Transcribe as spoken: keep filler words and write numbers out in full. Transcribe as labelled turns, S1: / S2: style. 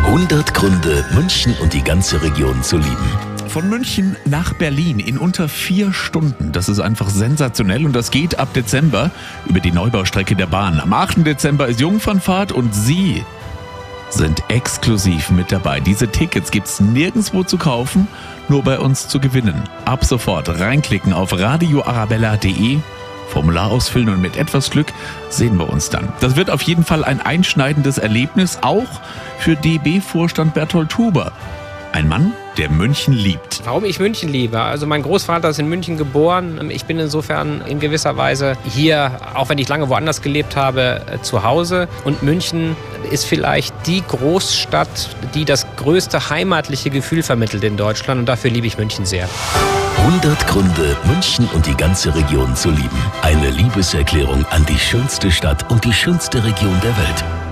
S1: hundert Gründe, München und die ganze Region zu lieben.
S2: Von München nach Berlin in unter vier Stunden. Das ist einfach sensationell und das geht ab Dezember über die Neubaustrecke der Bahn. Am achten Dezember ist Jungfernfahrt und Sie sind exklusiv mit dabei. Diese Tickets gibt's nirgendwo zu kaufen, nur bei uns zu gewinnen. Ab sofort reinklicken auf radio arabella punkt de, Formular ausfüllen und mit etwas Glück sehen wir uns dann. Das wird auf jeden Fall ein einschneidendes Erlebnis, auch für D B-Vorstand Berthold Huber. Ein Mann, der München liebt.
S3: Warum ich München liebe? Also mein Großvater ist in München geboren. Ich bin insofern in gewisser Weise hier, auch wenn ich lange woanders gelebt habe, zu Hause. Und München ist vielleicht die Großstadt, die das größte heimatliche Gefühl vermittelt in Deutschland. Und dafür liebe ich München sehr.
S1: hundert Gründe, München und die ganze Region zu lieben. Eine Liebeserklärung an die schönste Stadt und die schönste Region der Welt.